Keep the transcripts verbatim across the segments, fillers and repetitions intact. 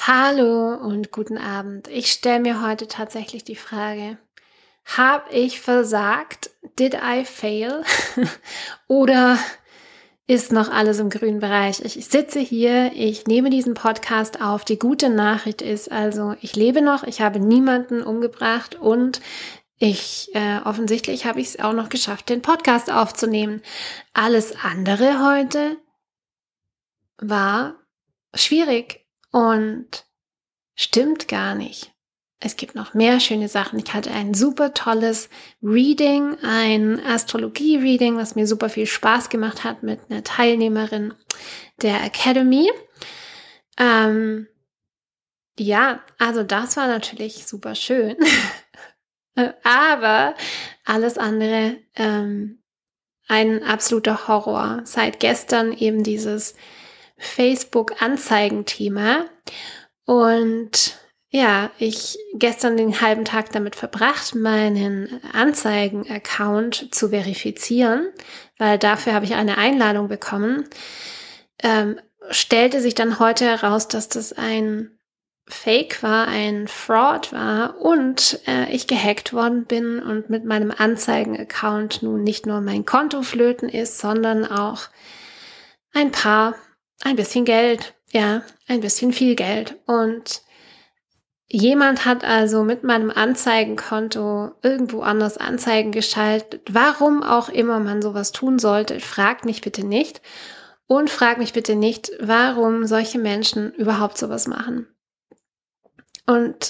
Hallo und guten Abend. Ich stelle mir heute tatsächlich die Frage, habe ich versagt? Did I fail? Oder ist noch alles im grünen Bereich? Ich sitze hier, ich nehme diesen Podcast auf. Die gute Nachricht ist also, ich lebe noch, ich habe niemanden umgebracht und ich äh, offensichtlich habe ich es auch noch geschafft, den Podcast aufzunehmen. Alles andere heute war schwierig und stimmt gar nicht. Es gibt noch mehr schöne Sachen. Ich hatte ein super tolles Reading, ein Astrologie-Reading, was mir super viel Spaß gemacht hat mit einer Teilnehmerin der Academy. Ähm, ja, also das war natürlich super schön. Aber alles andere ähm, ein absoluter Horror. Seit gestern eben dieses Facebook-Anzeigen-Thema. Und ja, ich gestern den halben Tag damit verbracht, meinen Anzeigen-Account zu verifizieren, weil dafür habe ich eine Einladung bekommen. Ähm, stellte sich dann heute heraus, dass das ein Fake war, ein Fraud war und äh, ich gehackt worden bin und mit meinem Anzeigen-Account nun nicht nur mein Konto flöten ist, sondern auch ein paar, ein bisschen Geld. Ja, ein bisschen viel Geld. Und jemand hat also mit meinem Anzeigenkonto irgendwo anders Anzeigen geschaltet. Warum auch immer man sowas tun sollte, fragt mich bitte nicht. Und fragt mich bitte nicht, warum solche Menschen überhaupt sowas machen. Und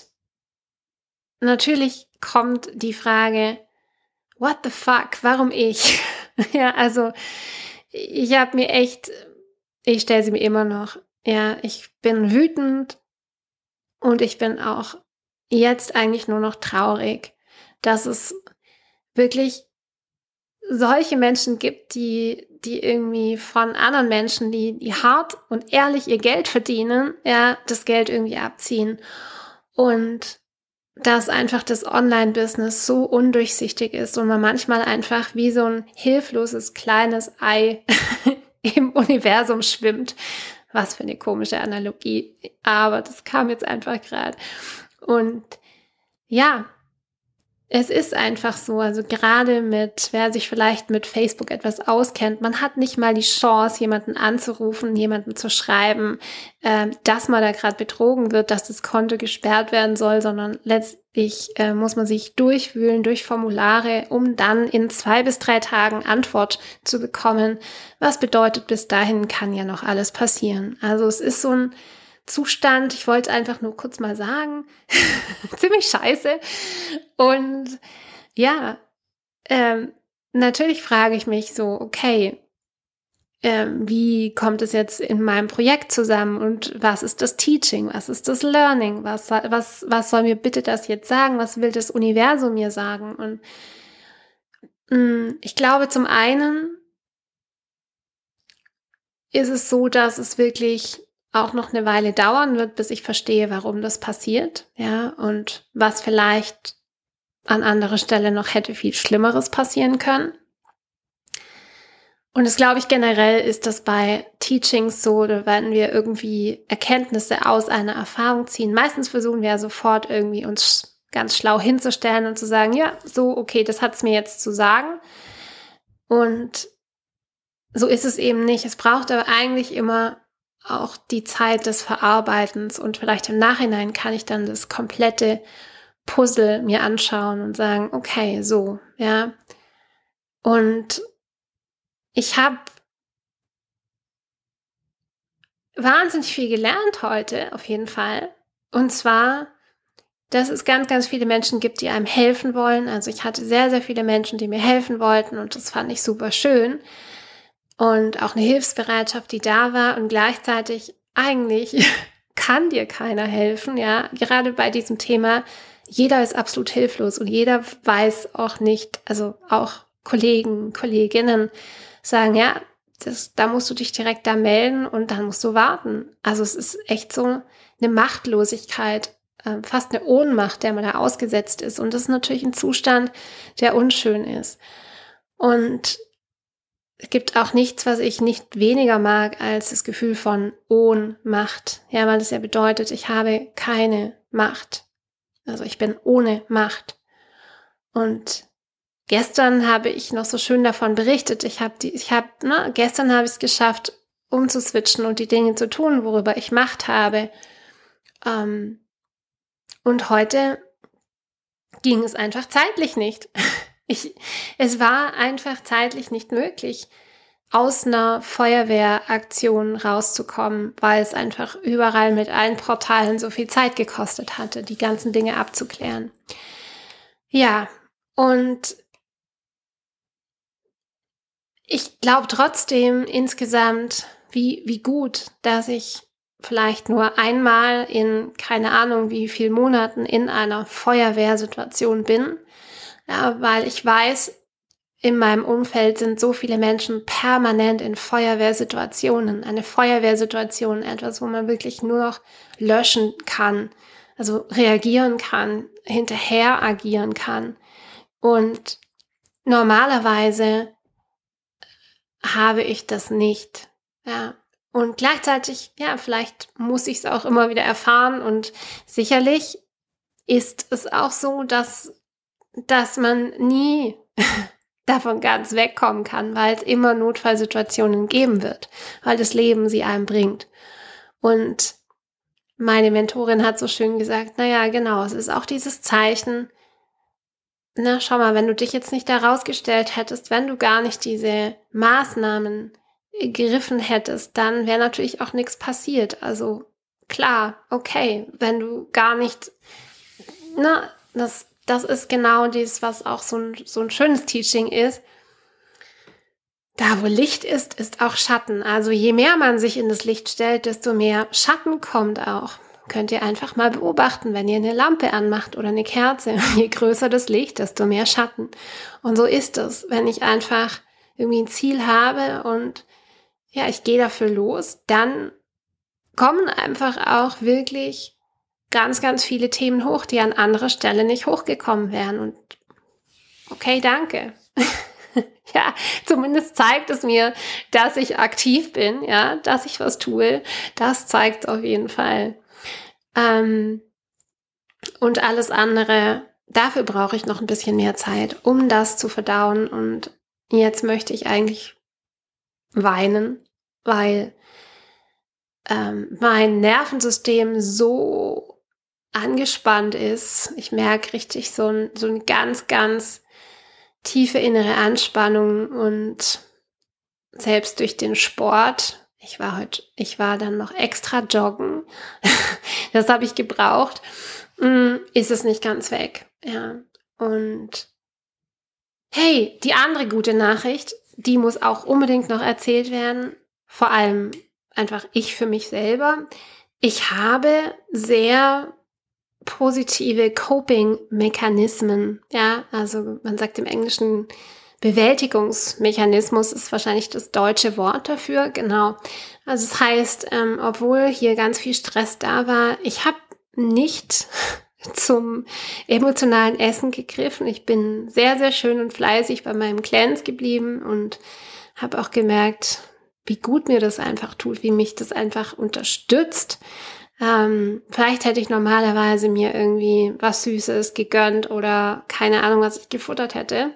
natürlich kommt die Frage, what the fuck, warum ich? Ja, also ich habe mir echt, ich stelle sie mir immer noch, ja, ich bin wütend und ich bin auch jetzt eigentlich nur noch traurig, dass es wirklich solche Menschen gibt, die, die irgendwie von anderen Menschen, die, die hart und ehrlich ihr Geld verdienen, ja, das Geld irgendwie abziehen. Und dass einfach das Online-Business so undurchsichtig ist und man manchmal einfach wie so ein hilfloses kleines Ei im Universum schwimmt. Was für eine komische Analogie, aber das kam jetzt einfach gerade. Und ja, es ist einfach so, also gerade mit, wer sich vielleicht mit Facebook etwas auskennt, man hat nicht mal die Chance, jemanden anzurufen, jemanden zu schreiben, äh, dass man da gerade betrogen wird, dass das Konto gesperrt werden soll, sondern letztlich äh, muss man sich durchwühlen durch Formulare, um dann in zwei bis drei Tagen Antwort zu bekommen. Was bedeutet, bis dahin kann ja noch alles passieren. Also es ist so ein Zustand, ich wollte es einfach nur kurz mal sagen, ziemlich scheiße. Und ja, ähm, natürlich frage ich mich so, okay, ähm, wie kommt es jetzt in meinem Projekt zusammen und was ist das Teaching, was ist das Learning, was, was, was soll mir bitte das jetzt sagen, was will das Universum mir sagen? Und mh, ich glaube, zum einen ist es so, dass es wirklich auch noch eine Weile dauern wird, bis ich verstehe, warum das passiert, ja, und was vielleicht an anderer Stelle noch hätte viel Schlimmeres passieren können. Und das glaube ich generell ist das bei Teachings so, oder wenn wir irgendwie Erkenntnisse aus einer Erfahrung ziehen. Meistens versuchen wir ja sofort irgendwie uns ganz schlau hinzustellen und zu sagen, ja, so, okay, das hat es mir jetzt zu sagen. Und so ist es eben nicht. Es braucht aber eigentlich immer auch die Zeit des Verarbeitens und vielleicht im Nachhinein kann ich dann das komplette Puzzle mir anschauen und sagen, okay, so, ja. Und ich habe wahnsinnig viel gelernt heute, auf jeden Fall. Und zwar, dass es ganz, ganz viele Menschen gibt, die einem helfen wollen. Also ich hatte sehr, sehr viele Menschen, die mir helfen wollten und das fand ich super schön. Und auch eine Hilfsbereitschaft, die da war und gleichzeitig eigentlich kann dir keiner helfen, ja, gerade bei diesem Thema, jeder ist absolut hilflos und jeder weiß auch nicht, also auch Kollegen, Kolleginnen sagen, ja, das, da musst du dich direkt da melden und dann musst du warten. Also es ist echt so eine Machtlosigkeit, äh, fast eine Ohnmacht, der man da ausgesetzt ist und das ist natürlich ein Zustand, der unschön ist. Und es gibt auch nichts, was ich nicht weniger mag als das Gefühl von Ohnmacht. Ja, weil das ja bedeutet, ich habe keine Macht. Also ich bin ohne Macht. Und gestern habe ich noch so schön davon berichtet. Ich habe die, ich habe, ne, gestern habe ich es geschafft, umzuswitchen und die Dinge zu tun, worüber ich Macht habe. Ähm, und heute ging es einfach zeitlich nicht. Ich, es war einfach zeitlich nicht möglich, aus einer Feuerwehraktion rauszukommen, weil es einfach überall mit allen Portalen so viel Zeit gekostet hatte, die ganzen Dinge abzuklären. Ja, und ich glaube trotzdem insgesamt, wie, wie gut, dass ich vielleicht nur einmal in keine Ahnung wie viel Monaten in einer Feuerwehrsituation bin, ja, weil ich weiß, in meinem Umfeld sind so viele Menschen permanent in Feuerwehrsituationen. Eine Feuerwehrsituation, etwas, wo man wirklich nur noch löschen kann, also reagieren kann, hinterher agieren kann. Und normalerweise habe ich das nicht. Ja. Und gleichzeitig, ja, vielleicht muss ich es auch immer wieder erfahren. Und sicherlich ist es auch so, dass, dass man nie davon ganz wegkommen kann, weil es immer Notfallsituationen geben wird, weil das Leben sie einem bringt. Und meine Mentorin hat so schön gesagt, naja, genau, es ist auch dieses Zeichen, na, schau mal, wenn du dich jetzt nicht da rausgestellt hättest, wenn du gar nicht diese Maßnahmen gegriffen hättest, dann wäre natürlich auch nichts passiert. Also klar, okay, wenn du gar nicht, na, das Das ist genau das, was auch so ein, so ein schönes Teaching ist. Da, wo Licht ist, ist auch Schatten. Also je mehr man sich in das Licht stellt, desto mehr Schatten kommt auch. Könnt ihr einfach mal beobachten, wenn ihr eine Lampe anmacht oder eine Kerze. Je größer das Licht, desto mehr Schatten. Und so ist es, wenn ich einfach irgendwie ein Ziel habe und ja, ich gehe dafür los, dann kommen einfach auch wirklich ganz, ganz viele Themen hoch, die an anderer Stelle nicht hochgekommen wären. Und okay, danke. Ja, zumindest zeigt es mir, dass ich aktiv bin, ja, dass ich was tue. Das zeigt es auf jeden Fall. Ähm, und alles andere, dafür brauche ich noch ein bisschen mehr Zeit, um das zu verdauen. Und jetzt möchte ich eigentlich weinen, weil ähm, mein Nervensystem so angespannt ist. Ich merke richtig so, ein, so eine ganz, ganz tiefe innere Anspannung und selbst durch den Sport, ich war heute, ich war dann noch extra joggen, das habe ich gebraucht, ist es nicht ganz weg. Ja. Und hey, die andere gute Nachricht, die muss auch unbedingt noch erzählt werden, vor allem einfach ich für mich selber. Ich habe sehr positive Coping-Mechanismen, ja, also man sagt im Englischen Bewältigungsmechanismus ist wahrscheinlich das deutsche Wort dafür, genau. Also es heißt, ähm, obwohl hier ganz viel Stress da war, ich habe nicht zum emotionalen Essen gegriffen. Ich bin sehr, sehr schön und fleißig bei meinem Cleanse geblieben und habe auch gemerkt, wie gut mir das einfach tut, wie mich das einfach unterstützt. Ähm, vielleicht hätte ich normalerweise mir irgendwie was Süßes gegönnt oder keine Ahnung, was ich gefuttert hätte.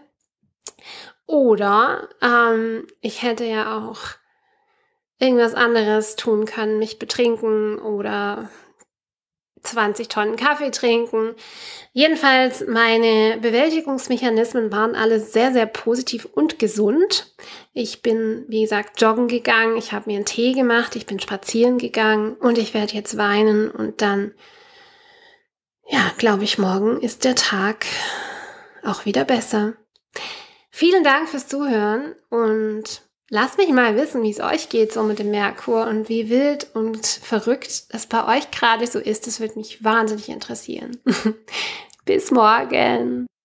Oder ähm, ich hätte ja auch irgendwas anderes tun können, mich betrinken oder zwanzig Tonnen Kaffee trinken. Jedenfalls, meine Bewältigungsmechanismen waren alle sehr, sehr positiv und gesund. Ich bin, wie gesagt, joggen gegangen, ich habe mir einen Tee gemacht, ich bin spazieren gegangen und ich werde jetzt weinen und dann, ja, glaube ich, morgen ist der Tag auch wieder besser. Vielen Dank fürs Zuhören und lasst mich mal wissen, wie es euch geht so mit dem Merkur und wie wild und verrückt es bei euch gerade so ist. Das würde mich wahnsinnig interessieren. Bis morgen.